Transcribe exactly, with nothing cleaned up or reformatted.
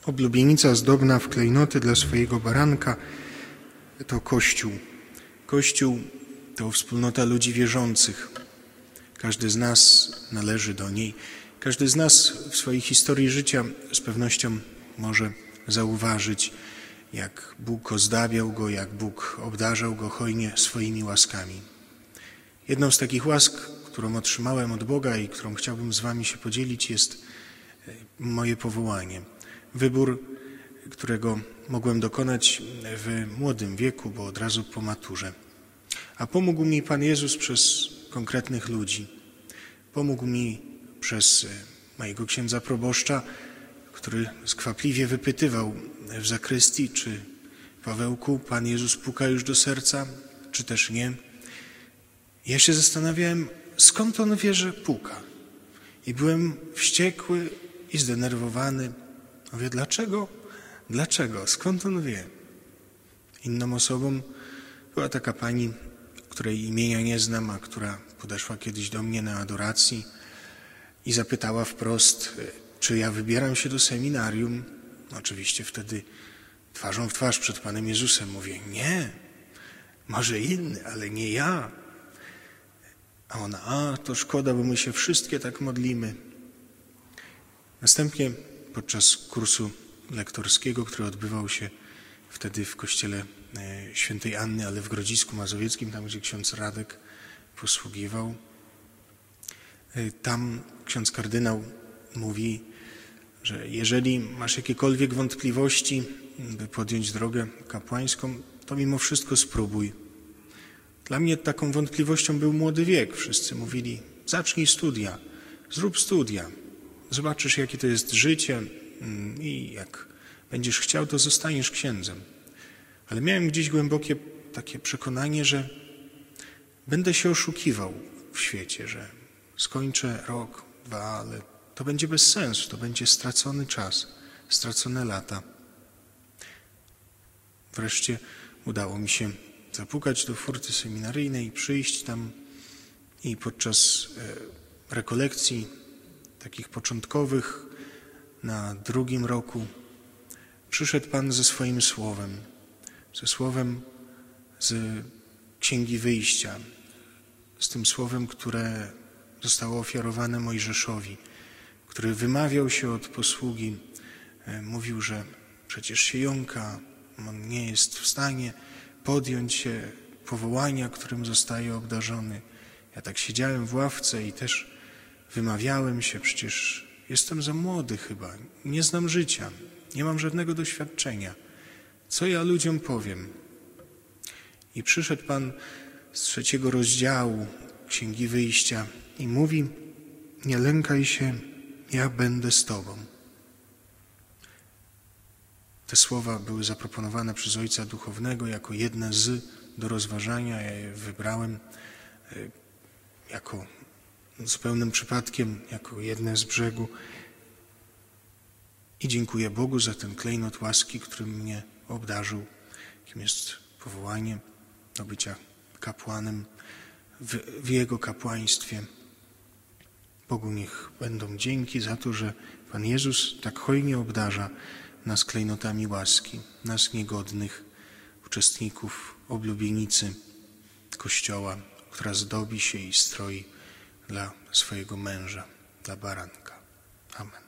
Oblubienica zdobna w klejnoty dla swojego baranka to Kościół. Kościół to wspólnota ludzi wierzących. Każdy z nas należy do niej. Każdy z nas w swojej historii życia z pewnością może zauważyć, jak Bóg ozdabiał go, jak Bóg obdarzał go hojnie swoimi łaskami. Jedną z takich łask, którą otrzymałem od Boga i którą chciałbym z wami się podzielić, jest moje powołanie. Wybór, którego mogłem dokonać w młodym wieku, bo od razu po maturze. A pomógł mi Pan Jezus przez konkretnych ludzi. Pomógł mi przez mojego księdza proboszcza, który skwapliwie wypytywał w zakrystii, czy Pawełku, Pan Jezus puka już do serca, czy też nie. Ja się zastanawiałem, skąd on wie, że puka. I byłem wściekły i zdenerwowany. Mówię, dlaczego? Dlaczego? Skąd on wie? Inną osobą była taka pani, której imienia nie znam, a która podeszła kiedyś do mnie na adoracji i zapytała wprost, czy ja wybieram się do seminarium. Oczywiście wtedy twarzą w twarz przed Panem Jezusem mówię, nie, może inny, ale nie ja. A ona, a to szkoda, bo my się wszystkie tak modlimy. Następnie podczas kursu lektorskiego, który odbywał się wtedy w kościele świętej Anny, ale w Grodzisku Mazowieckim, tam gdzie ksiądz Radek posługiwał, tam ksiądz kardynał mówi, że jeżeli masz jakiekolwiek wątpliwości, by podjąć drogę kapłańską, to mimo wszystko spróbuj. Dla mnie taką wątpliwością był młody wiek. Wszyscy mówili, zacznij studia, zrób studia, zobaczysz jakie to jest życie i jak będziesz chciał, to zostaniesz księdzem. Ale miałem gdzieś głębokie takie przekonanie, że będę się oszukiwał w świecie, że skończę rok, dwa, ale to będzie bez sensu, to będzie stracony czas, stracone lata. Wreszcie udało mi się zapukać do furty seminaryjnej, przyjść tam i podczas rekolekcji takich początkowych na drugim roku przyszedł Pan ze swoim słowem, ze słowem z Księgi Wyjścia, z tym słowem, które zostało ofiarowane Mojżeszowi, który wymawiał się od posługi, mówił, że przecież się jąka, on nie jest w stanie podjąć się powołania, którym zostaje obdarzony. Ja tak siedziałem w ławce i też wymawiałem się, przecież jestem za młody chyba, nie znam życia, nie mam żadnego doświadczenia. Co ja ludziom powiem? I przyszedł Pan z trzeciego rozdziału Księgi Wyjścia i mówi, nie lękaj się, ja będę z Tobą. Te słowa były zaproponowane przez Ojca Duchownego jako jedne z do rozważania. Ja je wybrałem jako zupełnym przypadkiem, jako jedne z brzegu. I dziękuję Bogu za ten klejnot łaski, którym mnie obdarzył, jakim jest powołanie do bycia kapłanem w, w Jego kapłaństwie. Bogu niech będą dzięki za to, że Pan Jezus tak hojnie obdarza nas klejnotami łaski, nas niegodnych uczestników oblubienicy Kościoła, która zdobi się i stroi dla swojego męża, dla baranka. Amen.